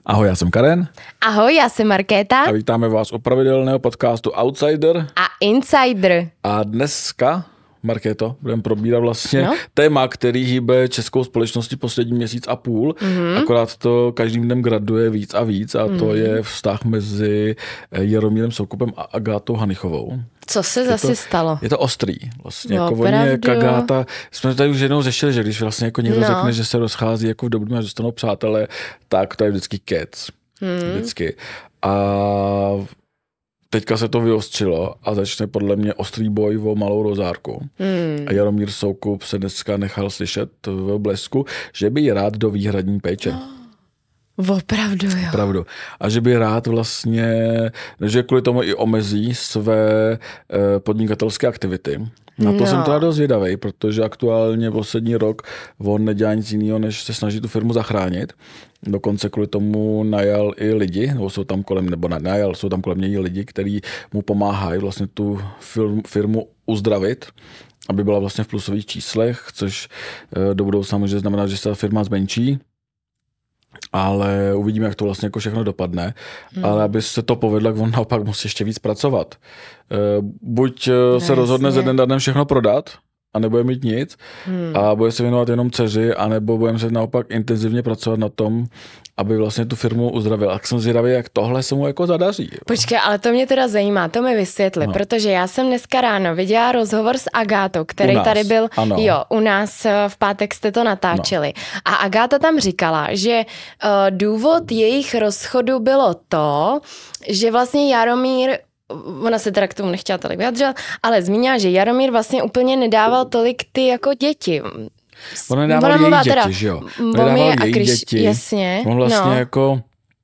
Ahoj, já jsem Karen. Ahoj, já jsem Markéta. A vítáme vás u pravidelného podcastu Outsider. A Insider. A dneska, Markéto, budeme probírat vlastně téma, který hýbe českou společností poslední měsíc a půl. Akorát to každým dnem graduje víc a víc a to je vztah mezi Jaromírem Soukupem a Agátou Hanichovou. Co se zase stalo? Je to ostrý. Vlastně jako oni jak Agáta, jsme tady už jednou řešili, že když vlastně jako někdo řekne, že se rozchází jako v dobrým a že stanou přátelé, tak to je vždycky kec. Vždycky. A teďka se to vyostřilo a začne podle mě ostrý boj o malou rozárku. A Jaromír Soukup se dneska nechal slyšet v Blesku, že by rád do výhradní péče. Opravdu, jo. Opravdu. A že by rád vlastně, že kvůli tomu i omezí své podnikatelské aktivity. Na to jsem teda dost zvědavej, protože aktuálně poslední rok on nedělá nic jiného, než se snaží tu firmu zachránit. Dokonce kvůli tomu najal i lidi, nebo jsou tam kolem, nebo najal, jsou tam kolem něj lidi, kteří mu pomáhají vlastně tu firmu uzdravit, aby byla vlastně v plusových číslech, což do budoucna může znamenat, že se ta firma zmenší. Ale uvidíme, jak to vlastně jako všechno dopadne. Ale aby se to povedlo, tak on naopak musí ještě víc pracovat. Buď se rozhodne ze dne na den všechno prodat a nebude mít nic a bude se věnovat jenom dceři, anebo budeme se naopak intenzivně pracovat na tom, aby vlastně tu firmu uzdravil. A jsem zvědavý, jak tohle se mu jako zadaří. Počkej, ale to mě teda zajímá, to mi vysvětli, protože já jsem dneska ráno viděla rozhovor s Agátou, který tady byl, u nás v pátek jste to natáčeli. A Agáta tam říkala, že důvod jejich rozchodu bylo to, že vlastně Jaromír, ona se teda k tomu nechtěla tolik vyjadřovat, ale zmínila, že Jaromír vlastně úplně nedával tolik ty jako děti. On nedával její děti, že jo? On nedával její děti. Jasně. On vlastně jako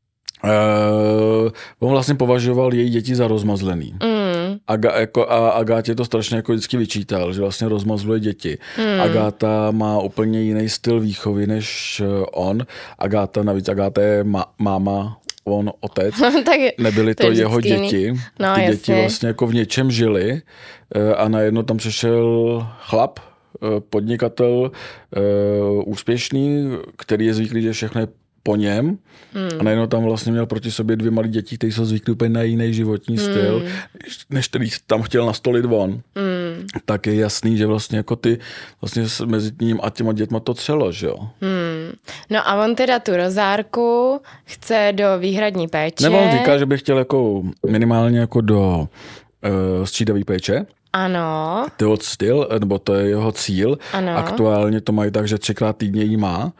on vlastně považoval její děti za rozmazlený. A Agátě to strašně jako vždycky vyčítal, že vlastně rozmazluje děti. Agáta má úplně jiný styl výchovy než on. Agáta je máma, on otec. Nebyly to jeho děti. Ty děti vlastně jako v něčem žili a najednou tam přišel chlap, podnikatel, úspěšný, který je zvyklý, že všechno je po něm. A najednou tam vlastně měl proti sobě dvě malé děti, kteří jsou zvyklí úplně na jiný životní styl, než který tam chtěl nastolit on. Tak je jasný, že vlastně jako ty vlastně mezi ním a těma dětma to třelo, že jo. No a on teda tu rozárku chce do výhradní péče. Nebo on říká, že by chtěl jako minimálně jako do střídavý péče. Ano. To je styl, nebo to je jeho cíl. Ano. Aktuálně to mají tak, že 3x týdně jí má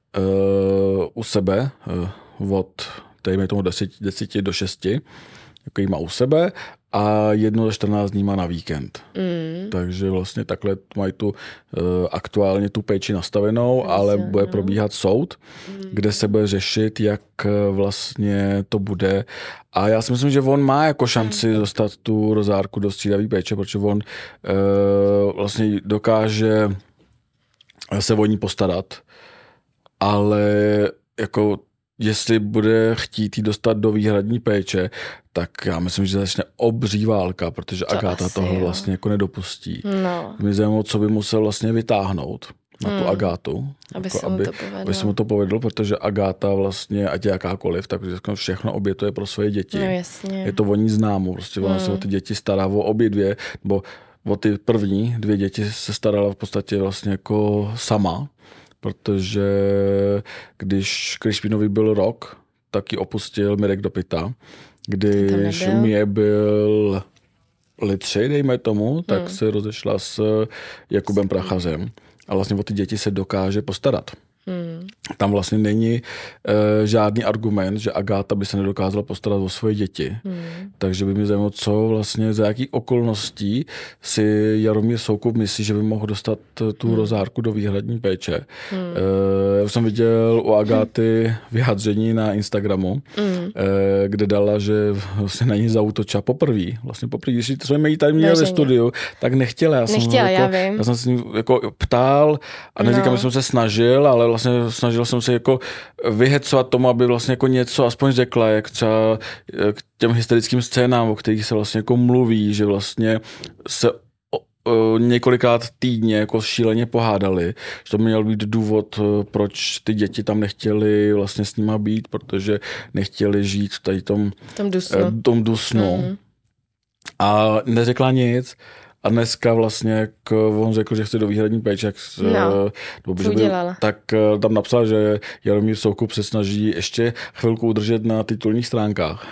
u sebe od, dejme tomu 10 do 6, jako jí má u sebe a 1 za 14 dní má na víkend. Takže vlastně takhle mají tu aktuálně tu péči nastavenou, ale bude probíhat soud, kde se bude řešit, jak vlastně to bude. A já si myslím, že on má jako šanci dostat tu rozárku do střídavý péče, protože on vlastně dokáže se o ní postarat, ale jako jestli bude chtít jí dostat do výhradní péče, tak já myslím, že začne obří válka, protože Agáta toho vlastně jako nedopustí. Mě zajímalo, co by musel vlastně vytáhnout na tu Agátu. Aby se mu to povedlo, protože Agáta vlastně, ať je jakákoliv, tak všechno obětuje pro svoje děti. No, jasně. Je to o ní známo, prostě ona se o ty děti stará, o obě dvě, nebo o ty první 2 děti se starala v podstatě vlastně jako sama, protože když Krišpínovi byl rok, tak ji opustil Mirek do pyta. Když u mě byl litři, dejme tomu, tak se rozešla s Jakubem Prachařem. A vlastně o ty děti se dokáže postarat. Tam vlastně není žádný argument, že Agáta by se nedokázala postarat o svoje děti. Takže by mě zajímalo, co vlastně, za jaký okolností si Jaromír Soukup myslí, že by mohl dostat tu rozárku do výhradní péče. Já jsem viděl u Agáty vyjádření na Instagramu, kde dala, že vlastně na ní zaútočila poprvé. Vlastně poprvé, když jsme ji tady měli ve studiu, tak nechtěla. Já jsem se ní jako ptal a neříkám, že jsem se snažil, ale vlastně snažil jsem se jako vyhecovat tomu, aby vlastně jako něco aspoň řekla, jak třeba k těm hysterickým scénám, o kterých se vlastně jako mluví, že vlastně se několikrát týdně jako šíleně pohádali, že to měl být důvod, proč ty děti tam nechtěli vlastně s nima být, protože nechtěli žít v tady tom dusnu. A neřekla nic. A dneska vlastně, jak on řekl, že chce do výhradní péče, tak tam napsal, že Jaromír Soukup se snaží ještě chvilku udržet na titulních stránkách.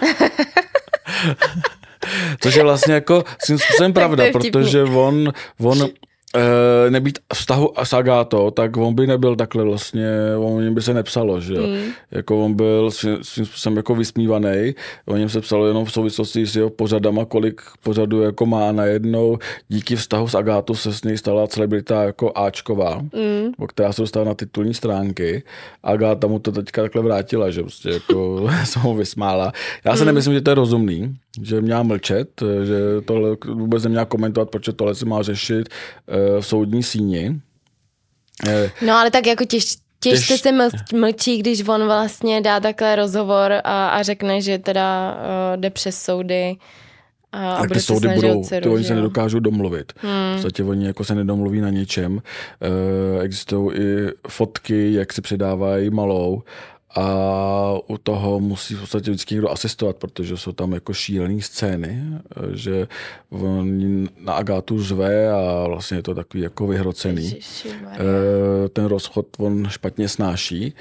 Což je vlastně jako svým způsobem pravda, protože on nebýt vztahu s Agátou, tak on by nebyl takhle vlastně, o něm by se nepsalo, že jo. Jako on byl svým způsobem jako vysmívaný, o něm se psalo jenom v souvislosti s jeho pořadama, kolik pořadů jako má najednou. Díky vztahu s Agátou se s ní stala celebrita jako Ačková, která se dostala na titulní stránky. Agáta mu to teďka takhle vrátila, že prostě jako se mu vysmála. Já se nemyslím, že to je rozumný, že měla mlčet, že tohle vůbec neměla komentovat, proč tohle se má řešit v soudní síni. No ale tak jako těžce se mlčí, když on vlastně dá takhle rozhovor a řekne, že teda jde přes soudy. A ty soudy budou, oni se nedokážou domluvit. V podstatě oni jako se nedomluví na ničem. Existují i fotky, jak si předávají Malou. A u toho musí v podstatě vždycky někdo asistovat, protože jsou tam jako šílený scény, že on na Agátu řve a vlastně je to takový jako vyhrocený. Ten rozchod on špatně snáší.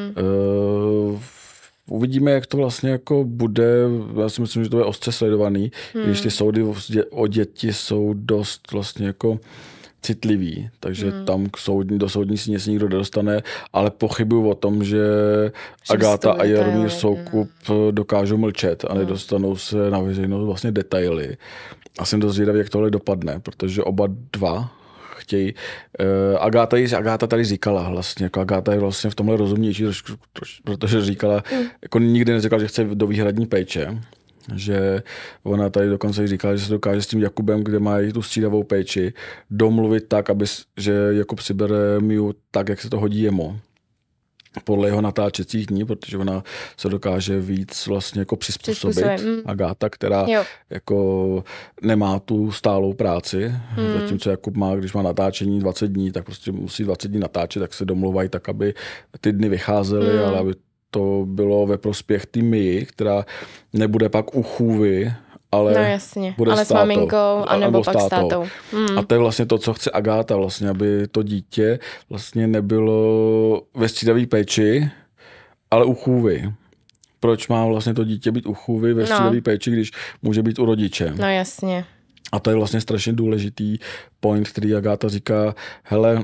Uvidíme, jak to vlastně jako bude. Já si myslím, že to je ostře sledovaný, když ty soudy o děti jsou dost vlastně jako citlivý, takže tam do soudní síně se nikdo nedostane, ale pochybuju o tom, že Agáta a Jaromír Soukup dokážou mlčet a nedostanou se na veřejnost vlastně detaily. A jsem dost zvědavý, jak tohle dopadne, protože oba dva chtějí. Agáta tady říkala vlastně, jako Agáta je vlastně v tomhle rozumnější, protože říkala, jako nikdy neříkala, že chce do výhradní péče, že ona tady dokonce říkala, že se dokáže s tím Jakubem, kde mají tu střídavou péči, domluvit tak, že Jakub si bere Miu tak, jak se to hodí jemu. Podle jeho natáčecích dní, protože ona se dokáže víc vlastně jako přizpůsobit. Agáta, která jako nemá tu stálou práci, zatímco Jakub má, když má natáčení 20 dní, tak prostě musí 20 dní natáčet, tak se domluvají tak, aby ty dny vycházely, ale aby to bylo ve prospěch té Mii, která nebude pak u chůvy, ale bude ale s maminkou anebo pak s tátou. A to je vlastně to, co chce Agáta, vlastně, aby to dítě vlastně nebylo ve střídavé péči, ale u chůvy. Proč má vlastně to dítě být u chůvy ve střídavé péči, když může být u rodiče? No jasně. A to je vlastně strašně důležitý point, který Agáta říká, hele,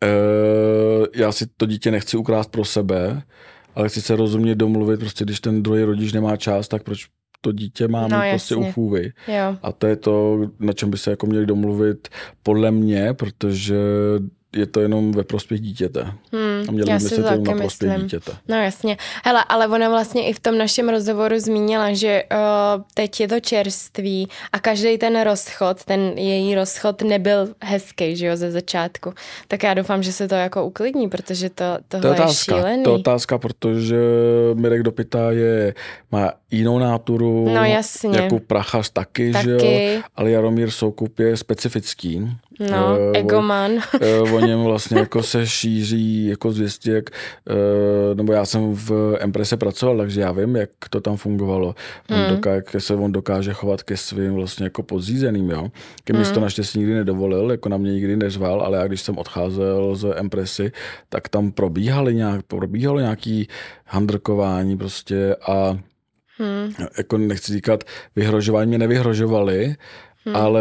já si to dítě nechci ukrást pro sebe, ale chci se rozumně domluvit, prostě když ten druhý rodič nemá čas, tak proč to dítě má mít prostě u chůvy. A to je to, na čem by se jako měli domluvit podle mě, protože je to jenom ve prospěch dítěte. A měli by myslet jenom na prospěch dítěte. No jasně. Hele, ale ona vlastně i v tom našem rozhovoru zmínila, že teď je to čerství a každý ten rozchod, ten její rozchod nebyl hezký, že jo, ze začátku. Tak já doufám, že se to jako uklidní, protože tohle je šílený. To je otázka, protože Mirek Dopita má jinou náturu. No jasně. Jako Prachař taky, že jo, ale Jaromír Soukup je specifický. No, egoman. O něm vlastně jako se šíří jako zvěstí, nebo já jsem v Emprese pracoval, takže já vím, jak to tam fungovalo. Jak se on dokáže chovat ke svým vlastně jako podřízeným, jo. Ke mně to naštěstí nikdy nedovolil, jako na mě nikdy neřval, ale já když jsem odcházel z Empresy, tak tam probíhalo nějaký handrkování prostě a jako nechci říkat, vyhrožování mě nevyhrožovali, ale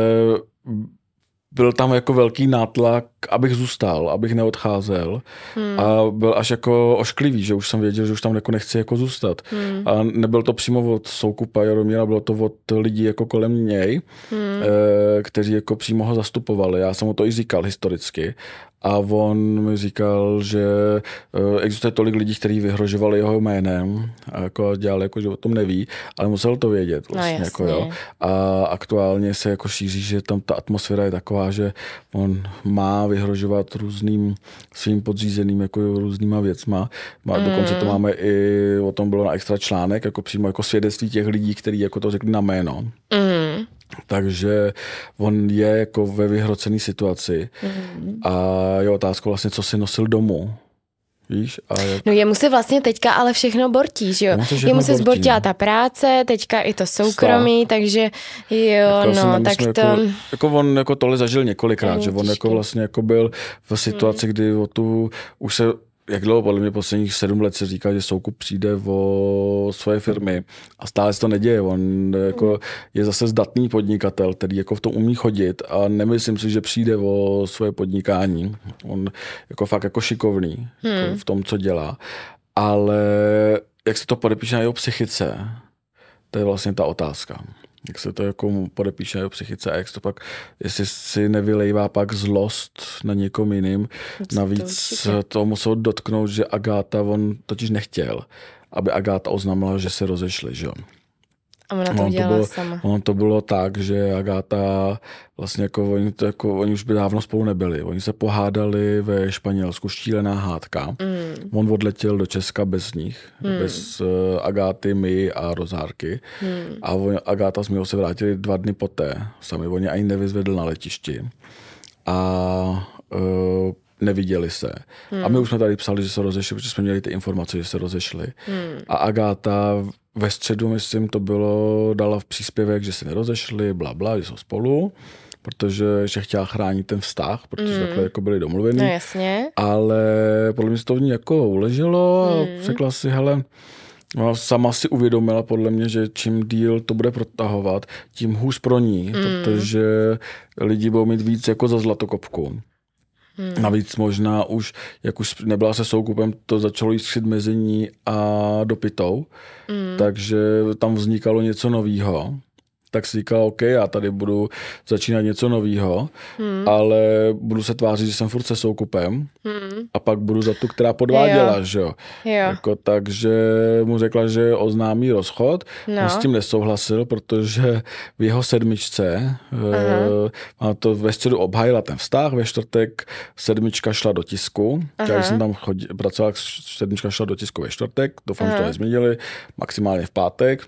byl tam jako velký nátlak, abych zůstal, abych neodcházel. A byl až jako ošklivý, že už jsem věděl, že už tam jako nechci jako zůstat. A nebyl to přímo od Soukupa Jaromíra, bylo to od lidí jako kolem něj, kteří jako přímo ho zastupovali. Já jsem mu to i říkal historicky. A on mi říkal, že existuje tolik lidí, kteří vyhrožovali jeho jménem a jako dělali, jako, že o tom neví, ale musel to vědět. Vlastně, no, jako, jo. A aktuálně se jako šíří, že tam ta atmosféra je taková, že on má vyhrožovat různým svým podřízeným jako různýma věcma. Dokonce to máme i, o tom bylo na extra článek, jako přímo jako svědectví těch lidí, kteří jako to řekli na jméno. Takže on je jako ve vyhrocené situaci a je otázka vlastně, co si nosil domů. Víš? No jemu se vlastně teďka ale všechno bortí, že jo? Jemu se zbortila ta práce, teďka i to soukromí, takže jo, jako no, tak to... Jako on jako tohle zažil několikrát, že on jako vlastně jako byl v situaci, kdy už se jak dlouho, podle mě posledních 7 let se říká, že Soukup přijde o svoje firmy a stále se to neděje. On jako je zase zdatný podnikatel, který jako v tom umí chodit a nemyslím si, že přijde o svoje podnikání. On jako fakt jako šikovný jako v tom, co dělá. Ale jak se to podepíše na jeho psychice, to je vlastně ta otázka. Jak se to jako podepíše na jeho psychice a jak se to pak, jestli si nevylejvá pak zlost na někom jiným. Navíc to musel dotknout, že Agáta, on totiž nechtěl, aby Agáta oznámila, že se rozešli, že jo. A ona to dělala sama. Ono to bylo tak, že Agáta vlastně jako oni už by dávno spolu nebyli. Oni se pohádali ve Španělsku, štílená hádka. On odletěl do Česka bez nich, bez Agáty, my a Rozárky. A Agáta s Mijou se vrátili 2 dny poté. Sami oni ani nevyzvedl na letišti. A neviděli se. A my už jsme tady psali, že se rozešli, protože jsme měli ty informace, že se rozešli. A Agáta ve středu, myslím, to bylo, dala v příspěvek, že se nerozešli, blabla, že jsou spolu, protože že chtěla chránit ten vztah, protože takhle jako byli domluveni. No jasně. Ale podle mě se to v ní jako uleželo a řekla si, hele, sama si uvědomila podle mě, že čím díl to bude protahovat, tím hůř pro ní, protože lidi budou mít víc jako za zlatokopku. Navíc možná už, jak už nebyla se Soukupem, to začalo jiskřit mezi ní a Dopitou, takže tam vznikalo něco novýho. Tak si říkala, OK, já tady budu začínat něco novýho, ale budu se tvářit, že jsem furt se Soukupem a pak budu za tu, která podváděla, že jo. Jako, takže mu řekla, že oznámí rozchod. On s tím nesouhlasil, protože v jeho 7. to ve středu obhájila ten vztah, ve čtvrtek 7 šla do tisku. Já jsem tam pracovala, 7 šla do tisku ve čtvrtek, doufám, že to nezměnili, maximálně v pátek.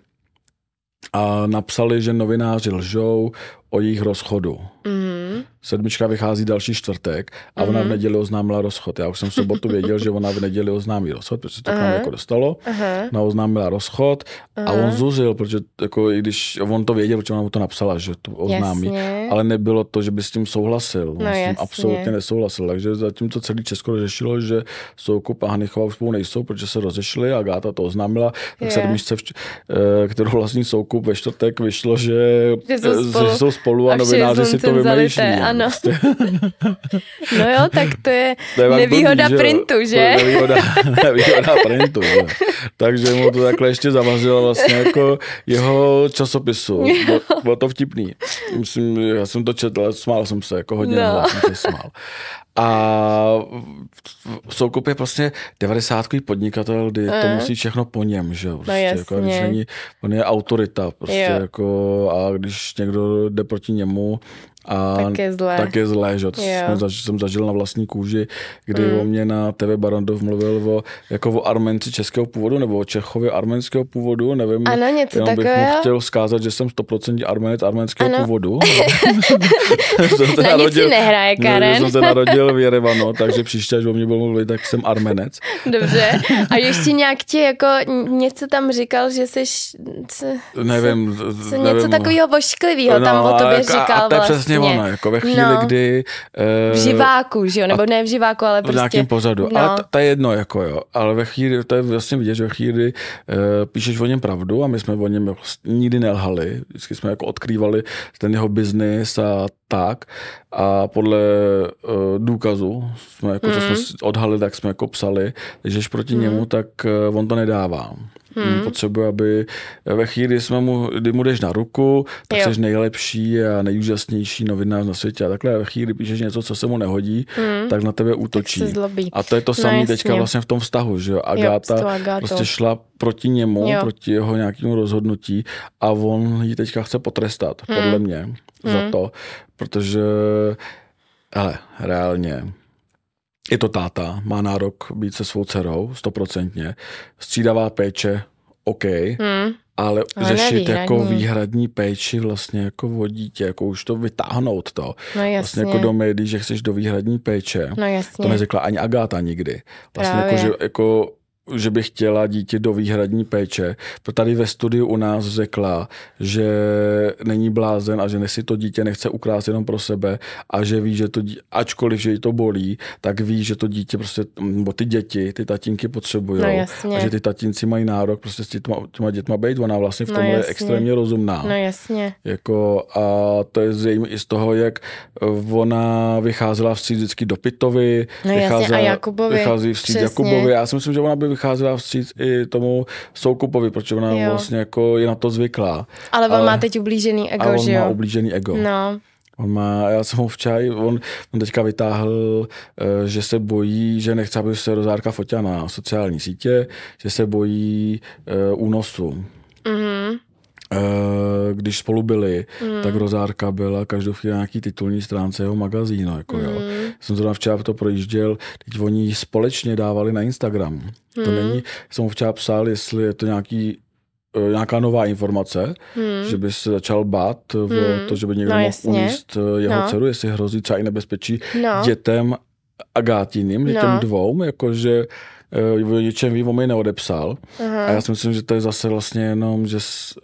A napsali, že novináři lžou o jejich rozchodu. 7 vychází další čtvrtek a ona v neděli oznámila rozchod. Já už jsem v sobotu věděl, že ona v neděli oznámí rozchod, protože to k nám jako dostalo. Ona oznámila rozchod a on zuzil, protože jako, i když on to věděl, protože ona mu to napsala, že to oznámí, ale nebylo to, že by s tím souhlasil. On s tím absolutně nesouhlasil. Takže zatímco celý Česko řešilo, že Soukup a Hanichová už spolu nejsou, protože se rozešli a Agáta to oznámila, tak 7, kterou vlastní Soukup ve čtvrtek vyšlo, že jsou spolu a novináři si to vymýšlí. Ano. No jo, tak to je nevýhoda printu, že? Nevýhoda printu, že? Takže mu to takhle ještě zavazilo vlastně jako jeho časopisu. Bylo to vtipný. Myslím, já jsem to četl, smál jsem se, jako hodně jsem se smál. A Soukup je prostě 90kový podnikatel, kdy to musí všechno po něm, že jo. Prostě, jako, když není, on je autorita prostě jako, a když někdo jde proti němu, tak je zlé, že? To jsem zažil na vlastní kůži, kdy o mě na TV Barandov mluvil o Arménci českého původu, nebo o Čechově arménského původu, nevím. Ano, něco jenom bych mu chtěl vzkázat, že jsem 100% Arménec arménského původu. Na nic si nehraje, Karen. Jsem se narodil v Jerevanu, takže příště, až o mě budu mluvit, tak jsem Arménec. Dobře. A ještě nějak ti jako něco tam říkal, že jsi... Nevím. Něco takového vošklivého tam o tobě říkal vlastně. Ono, jako ve chvíli, kdy... v živáku, že jo? Nebo ne v živáku, ale prostě... V nějakém pořadu. Ale to je jedno, jako jo. Ale ve chvíli, to je vlastně vidět, že ve chvíli píšeš o něm pravdu a my jsme o něm jako nikdy nelhali. Vždycky jsme jako odkrývali ten jeho biznis a tak. A podle důkazu, jsme jako, co jsme odhalili, tak jsme jako psali, že když proti němu, tak on to nedává. Potřebuje, aby ve chvíli, kdy mu jdeš na ruku, tak jsi nejlepší a nejúžasnější novinář na světě. A takhle ve chvíli píšeš něco, co se mu nehodí, tak na tebe útočí. A to je to samé teďka vlastně v tom vztahu, že jo. Agáta prostě šla proti němu, proti jeho nějakému rozhodnutí a on ji teďka chce potrestat, podle mě, za to, protože, reálně, je to táta, má nárok být se svou dcerou, 100%, střídavá péče OK, ale řešit jako výhradní péči vlastně jako o dítě, jako už to vytáhnout to. Vlastně jako do médií, že chceš do výhradní péče. To neřekla ani Agáta nikdy. Vlastně jako, že by chtěla dítě do výhradní péče. Tady ve studiu u nás řekla, že není blázen a že si to dítě nechce ukrást jenom pro sebe a že ví, že to dítě, ačkoliv, že jí to bolí, tak ví, že to dítě prostě, nebo ty děti, ty tatínky potřebují a že ty tatínci mají nárok prostě s těma dětma být. Ona vlastně v tomhle je extrémně rozumná. No jasně. Jako, a to je zřejmě i z toho, jak ona vycházela vstříc vždycky do Pitovi, vychází vstříc Jakubovi. Já si myslím, že ona by vycházela vstříc i tomu Soukupovi, protože ona vlastně jako je na to zvyklá. Ale on má teď ublížený ego, že jo? On má ublížený ego. No. Já jsem ho včera, on teďka vytáhl, že se bojí, že nechce, aby se Rozárka fotila na sociální sítě, že se bojí únosu. Když spolu byli, tak Rozárka byla každou chvíli na nějaký titulní stránce jeho magazínu. Jako, jo. Jsem zrovna včera to projížděl, teď oni společně dávali na Instagram. To není, jsem mu včera psal, jestli je to nějaká nová informace, že by se začal bát o to, že by někdo mohl uníst jeho dceru, jestli hrozí třeba i nebezpečí dětem Agátiným, dětem dvou, jakože o něčem ví, on mi neodepsal. A já si myslím, že to je zase vlastně jenom, že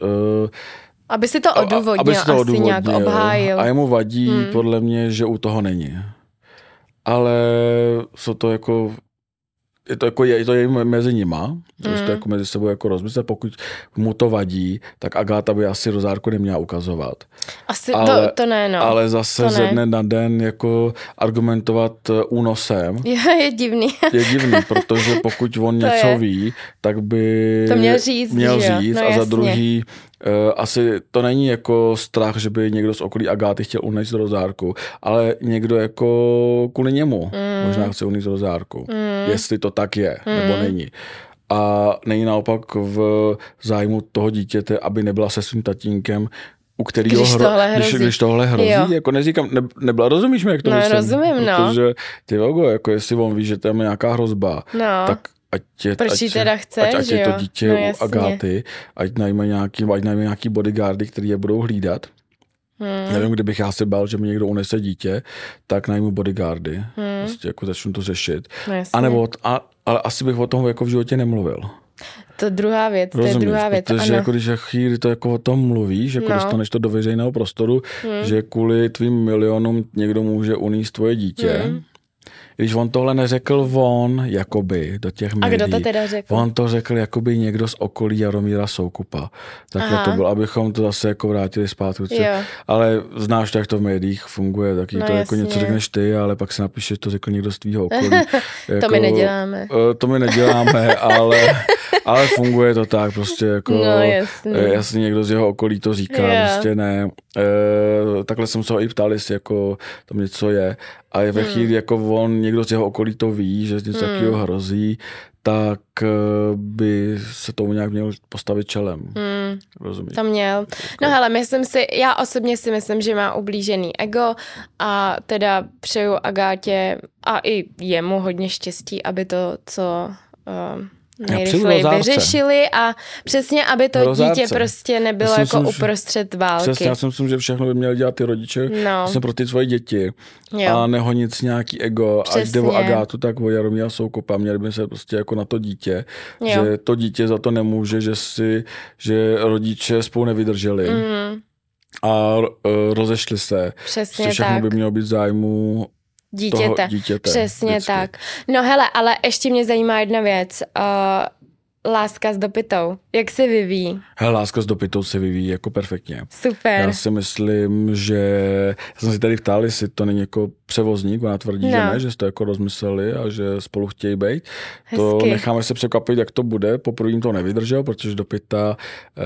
aby si to odůvodnil, asi nějak obhájil. A jemu vadí podle mě, že u toho není. Ale jsou to jako je to mezi nima, že to jako mezi sebou jako rozmyslet, pokud mu to vadí, tak Agáta by asi Rozárku neměla ukazovat. Asi to ne, no. Ale zase ze dne na den jako argumentovat únosem je divný. Je divný, protože pokud on něco ví, tak by to měl říct no, a za druhý asi to není jako strach, že by někdo z okolí Agáty chtěl unést Rozárku, ale někdo jako kvůli němu možná chce unést Rozárku. Jestli to tak je, nebo není. A není naopak v zájmu toho dítěte, aby nebyla se svým tatínkem, u kterého když tohle hrozí. Jako neříkám, nebyla, rozumíš mi, jak to myslím? Rozumím, protože ty logo, jako jestli on ví, že tam je nějaká hrozba, tak ať je to dítě u Agáty, ať najme nějaký bodyguardy, který je budou hlídat. Nevím, kdybych já se bál, že mi někdo unese dítě, tak najmu bodyguardy. Prostě jako začnu to řešit. Ale asi bych o tom jako v životě nemluvil. To je druhá věc. Protože jako, když chvíli to jako o tom mluvíš, jako dostaneš to do veřejného prostoru, že kvůli tvým milionům někdo může unést tvoje dítě. Když on tohle neřekl jakoby, do těch médií. A kdo to teda řekl? On to řekl jakoby někdo z okolí Jaromíra Soukupa. Takhle to bylo, abychom to zase jako vrátili zpátky. Ale znáš to, jak to v médiích funguje, taky to jako něco řekneš ty, ale pak se napíše, že to řekl někdo z tvýho okolí. To my neděláme. To my neděláme, ale funguje to tak, prostě jako jasně někdo z jeho okolí to říká, prostě ne. Takhle jsem se ho i ptal, jestli jako tam něco je. A je ve chvíli, jako někdo z jeho okolí to ví, že něco takového hrozí, tak by se tomu nějak měl postavit čelem. Rozumíš? To měl. No hele, já osobně si myslím, že má ublížený ego a teda přeju Agátě a i jemu hodně štěstí, aby to, co nejrychleji vyřešili a přesně, aby to dítě prostě nebylo jako uprostřed války. Přesně, já si myslím, že všechno by měli dělat ty rodiče vlastně pro ty svoje děti a nehonit si nějaký ego, ať jde o Agátu, tak o Jaromíra Soukupa. Měli by se prostě jako na to dítě, že to dítě za to nemůže, že rodiče spolu nevydrželi a rozešli se. Přesně všechno by mělo být v zájmu dítěte. Přesně vždycky. tak. No hele, ale ještě mě zajímá jedna věc. Láska s Dopitou. Jak se vyvíjí? Hele, Láska s Dopitou se vyvíjí jako perfektně. Super. Já si myslím, že já jsem si tady ptal, jestli to není jako převozník, ona tvrdí, že ne, že jste to jako rozmysleli a že spolu chtějí být. To necháme se překvapit, jak to bude. Poprvé jim to nevydržel, protože Dopita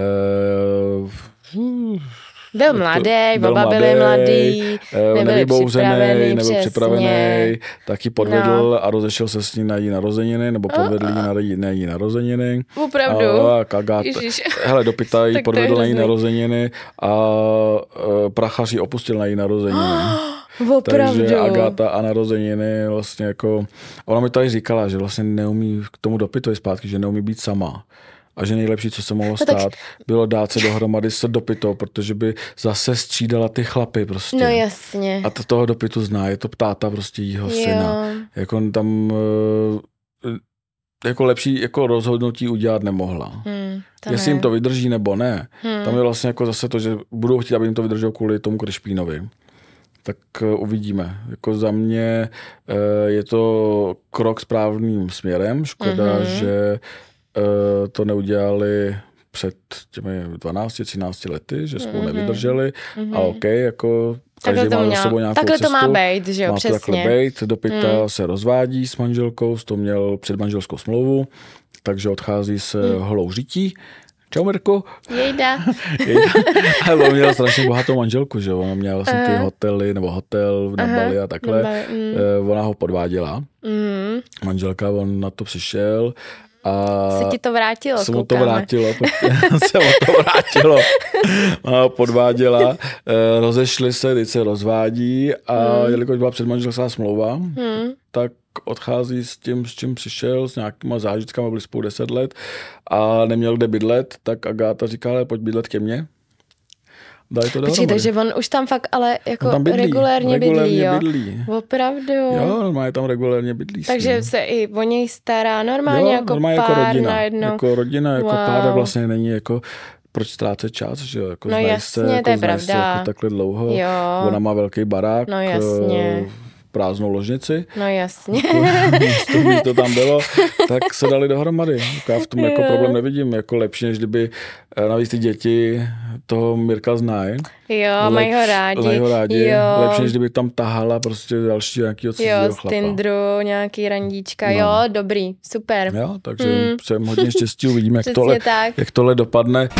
byl mladý, oba byli mladý, nebyl připravený, taky podvedl a rozešel se s ní na její narozeniny, nebo podvedl jí na její narozeniny. Opravdu? Hele, Dopita jí podvedl na její narozeniny a Prachař jí opustil na její narozeniny. Opravdu. Takže Agáta a narozeniny vlastně jako, ona mi tady říkala, že vlastně neumí k tomu Dopitovi zpátky, že neumí být sama. a že nejlepší, co se mohlo stát, bylo dát se dohromady s Dopitou, protože by zase střídala ty chlapy prostě. No jasně. A toho Dopitu zná, je to táta prostě jího syna. Jako on tam jako lepší jako rozhodnutí udělat nemohla. Jestli jim to vydrží nebo ne, tam je vlastně jako zase to, že budou chtít, aby jim to vydrželo kvůli tomu Krišpínovi. Tak uvidíme. Jako za mě je to krok správným směrem. Škoda, že to neudělali před těmi 12-13 lety, že spolu nevydrželi. A OK, jako každý má za sebou nějakou takhle cestu. To má být, že jo, přesně. Takhle být. Dopita se rozvádí s manželkou, s tou měl předmanželskou smlouvu, takže odchází s holou žití. Čau, Mirko. Jejda. Ale on měl strašně bohatou manželku, že on měl vlastně ty hotely, nebo hotel na Bali a takhle. Ona ho podváděla. Manželka, on na to přišel. A se ti to vrátilo, se mu to vrátilo. Ona ho podváděla. Rozešli se, teď se rozvádí a jelikož byla předmanželská smlouva, tak odchází s tím, s čím přišel, s nějakýma zážitkama, byli spolu 10 let a neměl kde bydlet, tak Agáta říká, ale pojď bydlet ke mně. Daj to dohromady. Takže on už tam fakt ale jako regulérně bydlí, jo? Opravdu. Jo, normálně tam regulérně bydlí. Takže se i o něj stará normálně jako normálně pár jako rodina. najednou. Jako rodina, jako pár, tak vlastně není jako proč ztrácet čas, že jo? Jako no jasně, jako to je pravda. Jako takhle dlouho. Jo. Ona má velký barák. No jasně. Prázdnou ložnici. No jasně. Místo tam bylo, tak se dali dohromady. Já v tom jako problém nevidím. Jako lepší, než kdyby navíc ty děti toho Mirka znají. Jo, mají ho rádi. Jo. Lepší, než kdyby tam tahala prostě další nějakýho cizího chlapa. Jo, z Tindru, nějaký randíčka. No. Jo, dobrý, super. Jo, takže přejem hodně štěstí, uvidíme, jak tohle dopadne.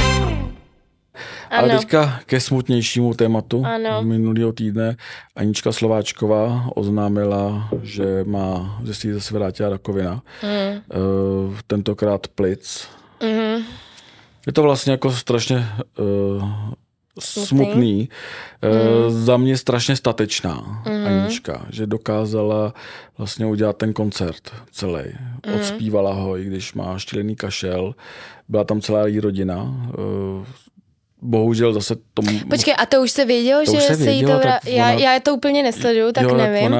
Ale teďka ke smutnějšímu tématu. Minulýho týdne Anička Slováčková oznámila, že má zase vrátila rakovina. Tentokrát plic. Je to vlastně jako strašně smutný. Za mě strašně statečná Anička, že dokázala vlastně udělat ten koncert celý. Odspívala ho, i když má štílený kašel. Byla tam celá její rodina. Bohužel zase tomu... Počkej, a to už se vědělo, že se jí to... Já to úplně nesleduju, tak jo, nevím.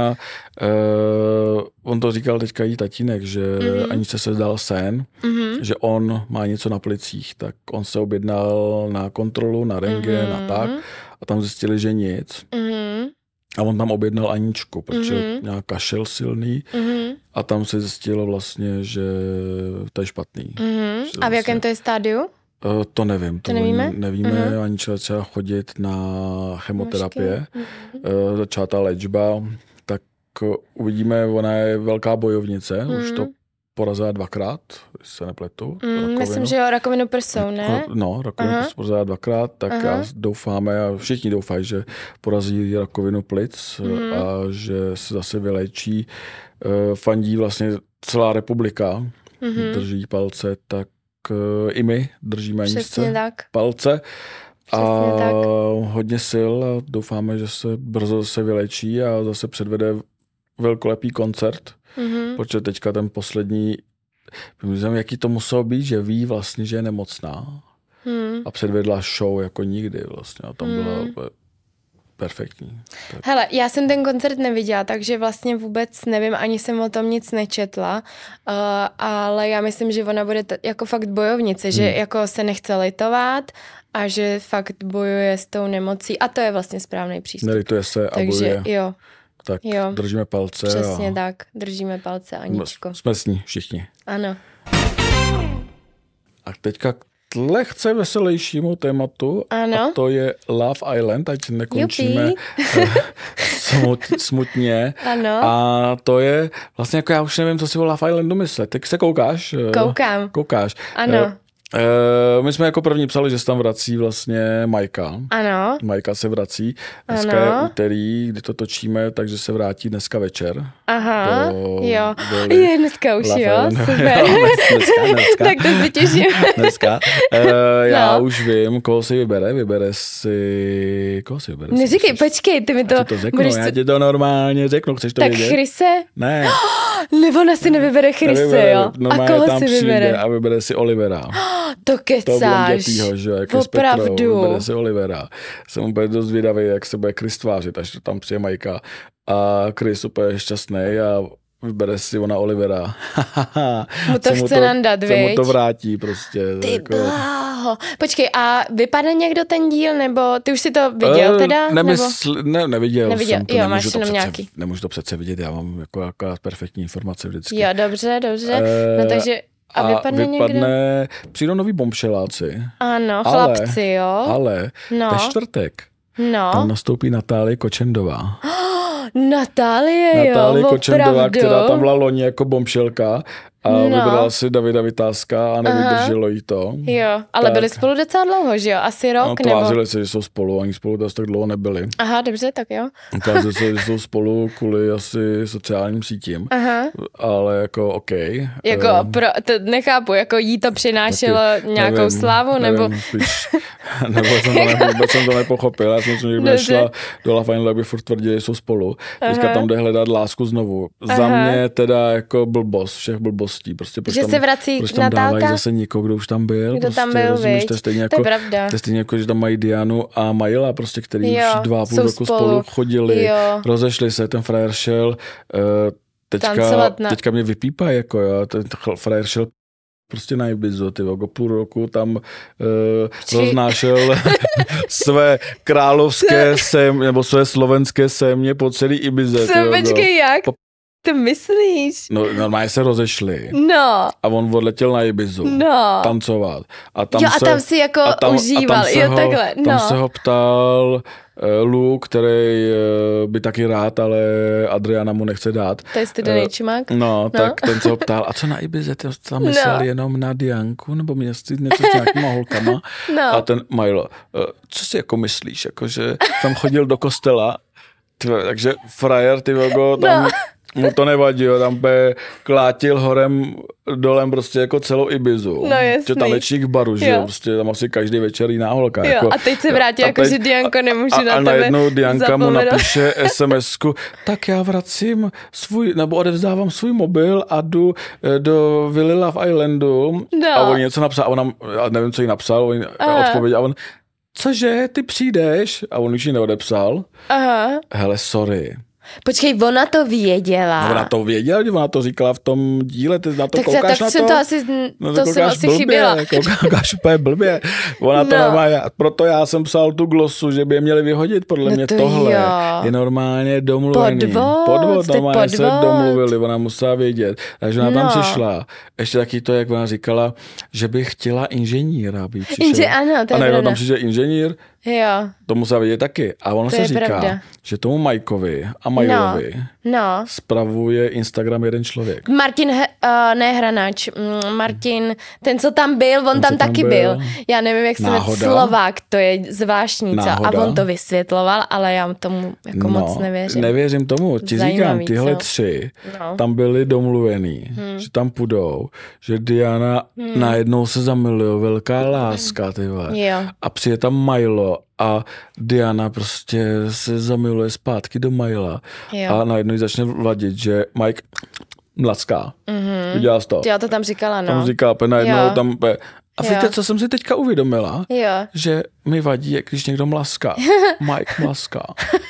On to říkal teďka jí tatínek, že Aničce se zdal sen, že on má něco na plicích, tak on se objednal na kontrolu, na rentgen a tak a tam zjistili, že nic. A on tam objednal Aničku, protože měl kašel silný a tam se zjistilo vlastně, že to je špatný. A v jakém to je stádiu? To nevím. To nevíme? Nevíme. Anička začala chodit na chemoterapie. Začala ta léčba. Tak uvidíme, ona je velká bojovnice. Už to porazila 2krát, jestli se nepletu. Myslím, že jo, rakovinu prsou, ne? No, rakovinu prsou porazila 2krát, tak já doufáme a všichni doufají, že porazí rakovinu plic a že se zase vyléčí. Fandí vlastně celá republika, drží palce, tak i my držíme Aničce palce a hodně sil a doufáme, že se brzo zase vylečí a zase předvede velkolepý koncert, protože teďka ten poslední, myslím, jaký to muselo být, že ví vlastně, že je nemocná a předvedla show jako nikdy vlastně a tam byla perfektní. Tak. Hele, já jsem ten koncert neviděla, takže vlastně vůbec nevím, ani jsem o tom nic nečetla, ale já myslím, že ona bude jako fakt bojovnice, že jako se nechce litovat a že fakt bojuje s tou nemocí a to je vlastně správný přístup. Nelituje se a bojuje. Jo. Tak držíme palce. Přesně tak, držíme palce, Aničko. Jsme s ní všichni. Ano. A teďka lehce veselějšímu tématu a to je Love Island, ať nekončíme smutně. Ano. A to je vlastně jako já už nevím, co si o Love Islandu myslet. Tak se koukáš? Koukám. Koukáš. Ano. My jsme jako první psali, že se tam vrací vlastně Majka. Ano. Majka se vrací. Dneska je úterý, kdy to točíme, takže se vrátí dneska večer. Aha, jo. Je dneska už, jo, super. Dneska. Tak to si těším. Dneska. Já už vím, koho si vybere. Koho si vybere? Neříkej, počkej, ty mi to... Já ti to řeknu, já ti to normálně řeknu, chceš to vědět? Tak Chrise? Ne. Ona si nevybere Chrise, jo? A koho tam si vybere? A vybere si Olivera. To kecáš. To blondětýho, že jako opravdu. Vybere si Olivera. Jsem úplně dost zvědavý, jak se bude Chris tvářit, až to tam přijde Majka. A Chris úplně šťastný a vybere si ona Olivera. Mu to chce nandat, viď? Se mu to vrátí prostě. Ty jako... bláho. Počkej, a vypadne někdo ten díl, nebo ty už si to viděl teda? Neviděl jsem to. Jo, máš jenom nějaký. Nemůžu to přece vidět, já mám jako perfektní informace vždycky. Jo, dobře. No takže... A vypadne někdo? Přijdou noví bombšeláci. Ano, chlapci, jo. Ale ve čtvrtek tam nastoupí Natálie Kočendová. Natálie Kočendová, která tam byla loni jako bombšelka a vybrala si Davida Vytázka a nevydrželo jí to. Jo, ale byli spolu docela dlouho, že jo? Asi rok, nebo? Tvářili se, že jsou spolu, oni spolu tak dlouho nebyli. Aha, dobře, tak jo. Ukázali se, že jsou spolu kvůli asi sociálním sítím. Aha. Ale jako OK. Jako, to nechápu, jako jí to přinášelo nějakou slávu, nebo? Spíš, vůbec jsem to nepochopil. Já jsem si někdy šla do Love Island, aby furt tvrdili, že jsou spolu. Teďka tam jde hledat lásku znovu. Za mě teda jako blbost, všech blbostí. Prostě, že tam, se vrací proč tam Natálka? Dávají zase někoho, kdo už tam byl. Kdo tam byl, rozumíš, to je stejně jako, to je stejně jako, že tam mají Dianu a Majila, prostě, který už 2,5 roku spolu chodili, rozešli se, ten frajer šel, teďka mě vypípá, jako jo, ten frajer šel prostě na Ibizu, půl roku tam roznášel své královské nebo své slovenské sémě po celý Ibize. Počkej, jak? To myslíš? No, normálně se rozešli. No. A on odletěl na Ibizu. Tancovat. A tam tam si jako užíval. Takhle. Tam se ho ptal Lu, který by taky rád, ale Adriana mu nechce dát. To je studený čumák? No, tak ten se ho ptal, a co na Ibize? Ty jsi tam myslel jenom na Dianku? Nebo něco s nějakýma holkama? A ten Milo, co si jako myslíš? Jako, že tam chodil do kostela, takže frajer, tam... Mu to nevadilo, tam klátil horem dolem prostě jako celou Ibizu. No jasný. Že tanečník v baru, že jo, prostě tam asi každý večer jiná holka. Jo, jako, a teď se vrátí, jako že Dianko nemůže na tebe a najednou Dianka zapomenout. mu napíše SMS-ku, tak já vracím nebo odevzdávám svůj mobil a jdu do Vily Love Islandu. A on něco napsal, a ona, nevím, co jí napsal, on odpověděl, a on, cože, ty přijdeš? A on už ji neodepsal. Aha. Hele, sorry. Počkej, ona to věděla. No, ona to věděla, že ona to říkala v tom díle, ty na to tak koukáš na to? To asi, no, to jsem asi chyběla. Koukáš úplně blbě. Ona to nemá, proto já jsem psal tu glosu, že by je měli vyhodit, podle mě tohle je normálně domluvený. Podvod, normálně se domluvili, ona musela vědět. Takže ona tam přišla. Ještě taky to, jak ona říkala, že by chtěla inženýra být. Ano, to je pravda. Tam přišel inženýr, jo. To musela vědět taky. A ono se říká, pravda. Že tomu Majkovi a Majovi spravuje Instagram jeden člověk. Martin, ne Hranáč, Martin, ten, co tam byl, on tam taky byl. Já nevím, jak se jmenuje, Slovák, to je zvláštní, a on to vysvětloval, ale já tomu jako moc nevěřím. Nevěřím tomu, ti říkám, tyhle tři tam byli domluvený, že tam půjdou, že Diana najednou se zamiluje, velká láska, ty vole. A přijde tam Milo a Diana prostě se zamiluje zpátky do Majla a najednou jí začne vladit, že Mike mlaská. Viděla jsi to? Já to tam říkala, no. Tam říká, najednou tam... A víte, co jsem si teďka uvědomila? Že mi vadí, když někdo mlaská. Mike mlaská.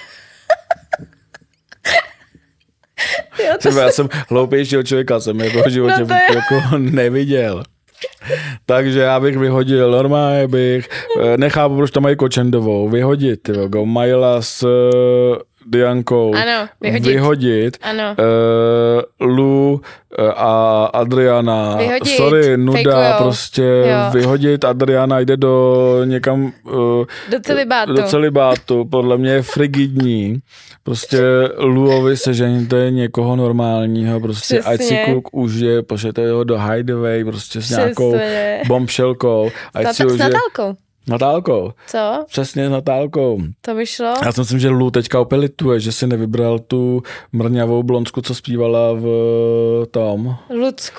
Já jsem hloupějšího člověka, jsem jako v životě jako neviděl. Takže já bych vyhodil, normálně bych, nechápu, proč tam mají Kočendovou, vyhodit, Majla s Diankou, ano, vyhodit. Ano. Lu a Adriana, vyhodit. Sorry, nuda, fejkujou. Prostě vyhodit, Adriana jde do někam do celibátu, podle mě je frigidní, prostě Luovi sežeňte někoho normálního, prostě ať si kluk užije, pošlete ho do Hideaway, prostě s nějakou bombšelkou. S Natálkou. Natálkou. Co? Přesně s Natálkou. To by šlo. Já si myslím, že Lu teďka opět lituje, že si nevybral tu mrňavou blondsku, co zpívala v tom. Lucku.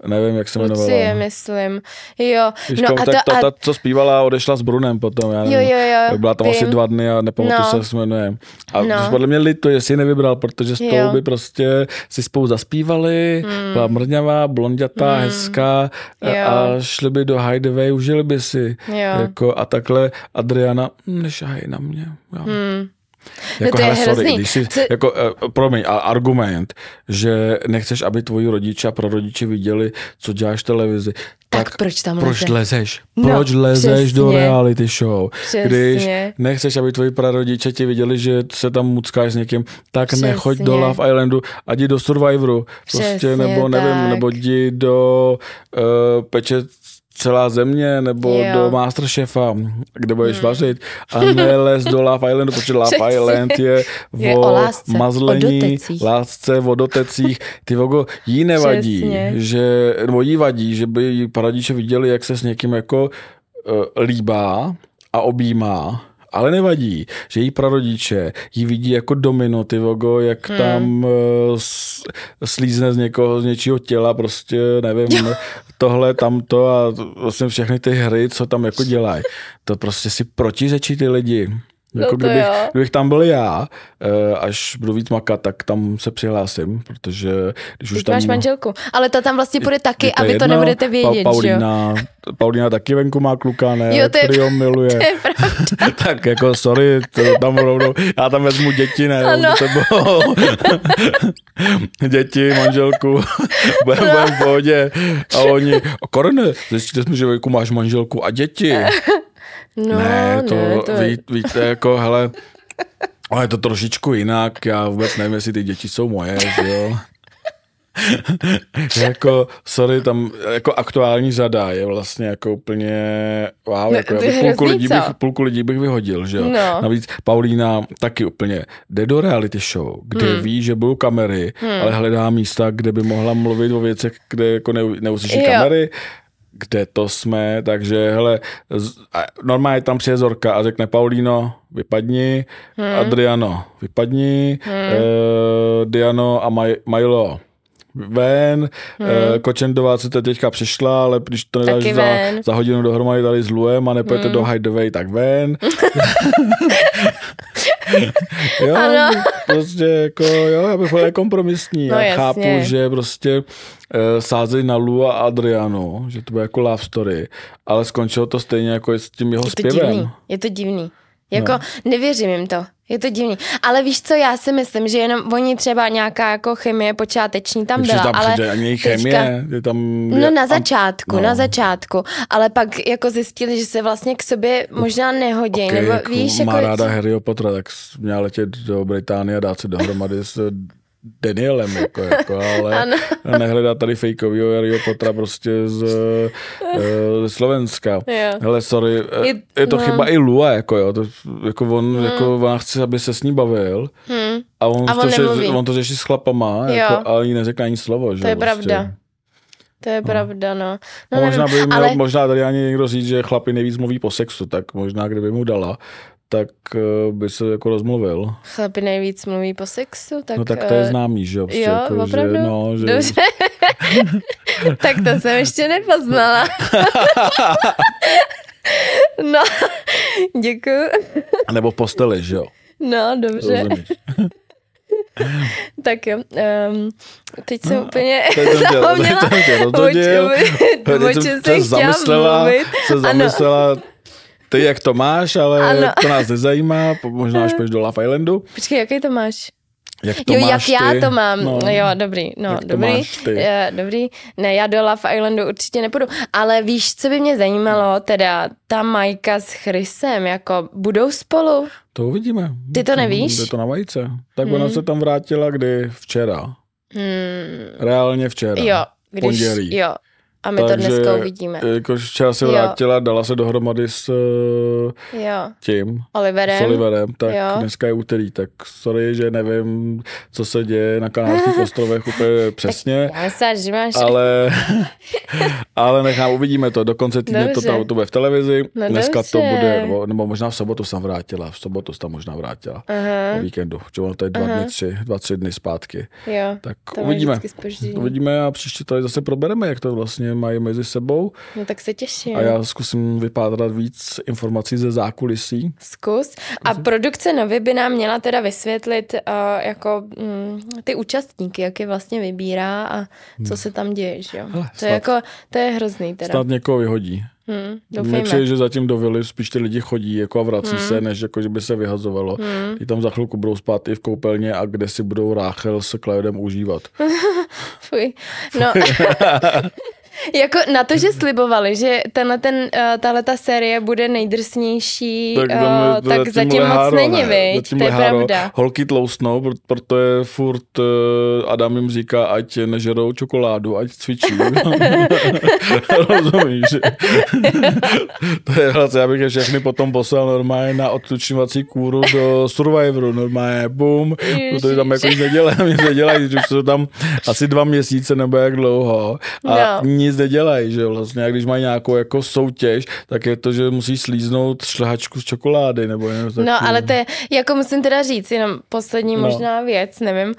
nevím, jak se jmenovala. Lucie, myslím. Jo. Víš, no ta, co zpívala, odešla s Brunem potom. Já nevím, jo. Byla tam asi 2 dny a nepamatuji se, jak se jmenuje. A podle mě lito, že si ji nevybral, protože s tou by prostě si spolu zaspívali, byla mrňavá, blondětá, hezká a šli by do Hideaway, užili by si. Jako, a takhle Adriana, nešahej na mě. Jako, no to je hrozný. Když si, jako, promiň, argument, že nechceš, aby tvoji rodiče a prarodiče viděli, co děláš v televizi. Tak proč lezeš? Proč lezeš do reality show? Přesně. Když nechceš, aby tvoji prarodiče ti viděli, že se tam muckáš s někým, tak nechoď do Love Islandu a jdi do Survivoru. Prostě, nebo nevím, nebo jdi do Peče celá země, nebo do Masterchefa, kde budeš vařit, a nelez do Love Islandu, protože Love Island je o mazlení, lásce, o dotecích. Ty vogo, jí nevadí, nebo jí vadí, že by jí rodiče viděli, jak se s někým jako líbá a objímá, ale nevadí, že jí prarodiče jí vidí jako domino, ty vogo, jak tam slízne z něčího těla, prostě nevím, tohle, tamto a vlastně všechny ty hry, co tam jako dělají. To prostě si protiřečí ty lidi. Jako kdybych tam byl já, až budu víc makat, tak tam se přihlásím, protože když už tam... Máš manželku, ale ta tam vlastně půjde taky a vy to nebudete vědět, Paulína taky venku má kluka, ne? Jo, který ho miluje. To je pravda. Tak jako sorry, tam rovnou, já tam vezmu děti, ne? Děti, manželku, budeme v pohodě. A oni, Korene, zjistíte jsme, že venku máš manželku a děti. No, víte, jako, hele, ale je to trošičku jinak, já vůbec nevím, jestli ty děti jsou moje, jo. Jako, sorry, tam jako aktuální řada je vlastně jako úplně wow, jako půlku lidí bych vyhodil, že jo. No. Navíc Paulína taky úplně jde do reality show, kde ví, že budou kamery, ale hledá místa, kde by mohla mluvit o věcech, kde jako neuslyší kamery. Kde to jsme, takže hele, normálně tam přijde Zorka a řekne Paulíno, vypadni, Adriano, vypadni, Diano a Majlo, ven, Kočendová se teďka přišla, ale když to nedáš za hodinu dohromady tady s Luem a nepojete do Hideaway, tak ven. Jo, prostě jako, jo, já bych byl kompromisní. No, já chápu, že prostě sázeli na Lu a Adrianu, že to bude jako love story, ale skončilo to stejně jako s tím jeho zpěvem. Je to divný. Jako nevěřím jim to. Je to divný. Ale víš co, já si myslím, že jenom oni třeba nějaká jako chemie počáteční tam byla, ale ani chemie, je tam... No na začátku, ale pak jako zjistili, že se vlastně k sobě možná nehodí, okay, nebo víš, má jako... ráda Harryho Pottera, tak měla letět do Británie a dát se dohromady s Danielem, jako, ale nehledá tady fejkovýho Harryho Pottera prostě ze Slovenska. Hele, sorry, je to chyba i Lua, jako jo, to, jako on, jako on chce, aby se s ní bavil a on to řeší s chlapama, jako, ale jí neřekne ani slovo, že? To je pravda. To je pravda, no. Možná by měl, možná tady ani někdo říct, že chlapi nejvíc mluví po sexu, tak možná kdyby mu dala, tak by se jako rozmluvil. Chlapi nejvíc mluví po sexu, tak... No tak to je známý, že jo? Jo, jako, opravdu? Že... Dobře. Tak to jsem ještě nepoznala. No, děkuju. A nebo v posteli, že jo? No, dobře. Tak jo, teď jsem úplně zapomněla, o čem jsem chtěla mluvit. Se zamyslela, ty jak to máš, ale to nás nezajímá, možná až půjdeš do Love Islandu. Počkej, jaký to máš? Jak já to mám. No, jo, dobrý. No, dobrý. Ne, já do Love Islandu určitě nepůjdu. Ale víš, co by mě zajímalo, teda ta Majka s Chrisem, jako budou spolu? To uvidíme. Ty to nevíš? Je to na vajce. Tak ona se tam vrátila kdy? Včera. Reálně včera. Jo. Pondělí. Jo. A my to dneska uvidíme. Jako včera se vrátila, dala se dohromady s tím. Oliverem. Tak dneska je úterý, tak sorry, že nevím, co se děje na Kanárských ostrovech úplně přesně. Já myslím, že máš... ale nechám, uvidíme to. Do konce týdne to bude v televizi. No dneska to bude, nebo možná v sobotu jsem vrátila. V sobotu jsem možná vrátila. O víkendu. Čo to je 2-3 dny zpátky. Jo, tak uvidíme a příště tady zase probereme, jak to vlastně mají mezi sebou. No tak se těším. A já zkusím vypátrat víc informací ze zákulisí. Zkus. A produkce nově by nám měla teda vysvětlit jako ty účastníky, jak je vlastně vybírá a co se tam děje, že jo. Hele, to je hrozný teda. Snad někoho vyhodí. Mně přijde, že zatím do vily spíš ty lidi chodí jako a vrací se, než jako, že by se vyhazovalo. Ty tam za chvilku budou spát i v koupelně a kde si budou Ráchel s Klajodem užívat. Fuj. No... Jako na to, že slibovali, že tahleta série bude nejdrsnější, tak zatím moc není, viď? To je pravda. Holky tloustnou, proto je furt Adam jim říká, ať nežerou čokoládu, ať cvičí. Rozumíš? To je vlastně, já bych je všechny potom poslal normálně na odtučňovací kůru do Survivoru, normálně bum, protože tam jako nic nedělají, už jsou tam asi 2 měsíce nebo jak dlouho a nic nedělají, že vlastně, a když mají nějakou jako soutěž, tak je to, že musí slíznout šlehačku z čokolády, nebo něco takového. No, ale to je, jako musím teda říct, jenom poslední možná věc, nevím,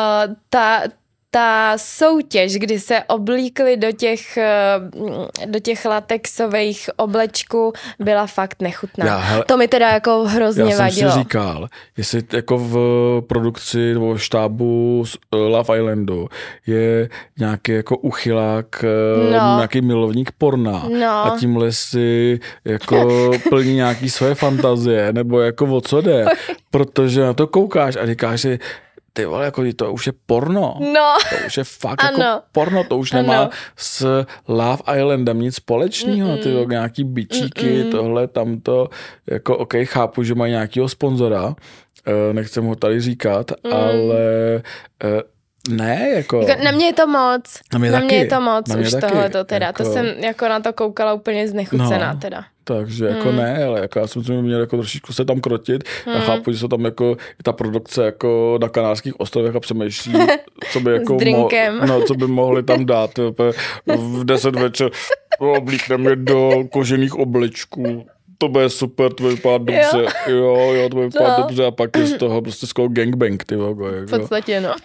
ta soutěž, kdy se oblíkli do těch latexových oblečků, byla fakt nechutná. To mi teda jako hrozně vadilo. Já jsem si říkal, jestli jako v produkci nebo štábu Love Islandu je nějaký jako uchylák, nějaký milovník porna a tímhle si jako plní nějaký své fantazie, nebo jako o co jde, protože na to koukáš a říkáš si, ty vole, jako to už je porno. No. To už je fakt jako porno, to už nemá s Love Islandem nic společného, ty nějaký bičíky, tohle, tamto, jako chápu, že mají nějakýho sponzora, nechcem ho tady říkat, ale ne, jako... Na mě je to moc. Na mě je to moc už tohleto teda. To jsem jako na to koukala úplně znechucená teda. Takže jako ne, ale jako já jsem měl jako trošičku se tam krotit. Já chápu, že se tam jako ta produkce jako na Kanárských ostrovech a přemýšlí, co by jako co by mohli tam dát. V 10 večer oblíkneme je do kožených oblečků. To bude super, to bude vypadat dobře. Jo, to bude vypadat dobře a pak je z toho prostě skoro gangbang, ty vogo. Jako. V podstatě, no.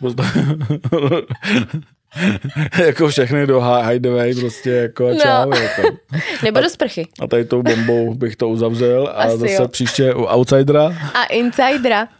Jako všechny do hideaway prostě jako a čau. Jako. Nebo do sprchy. A tady tou bombou bych to uzavřel a zase příště u Outsidera. A Insidera.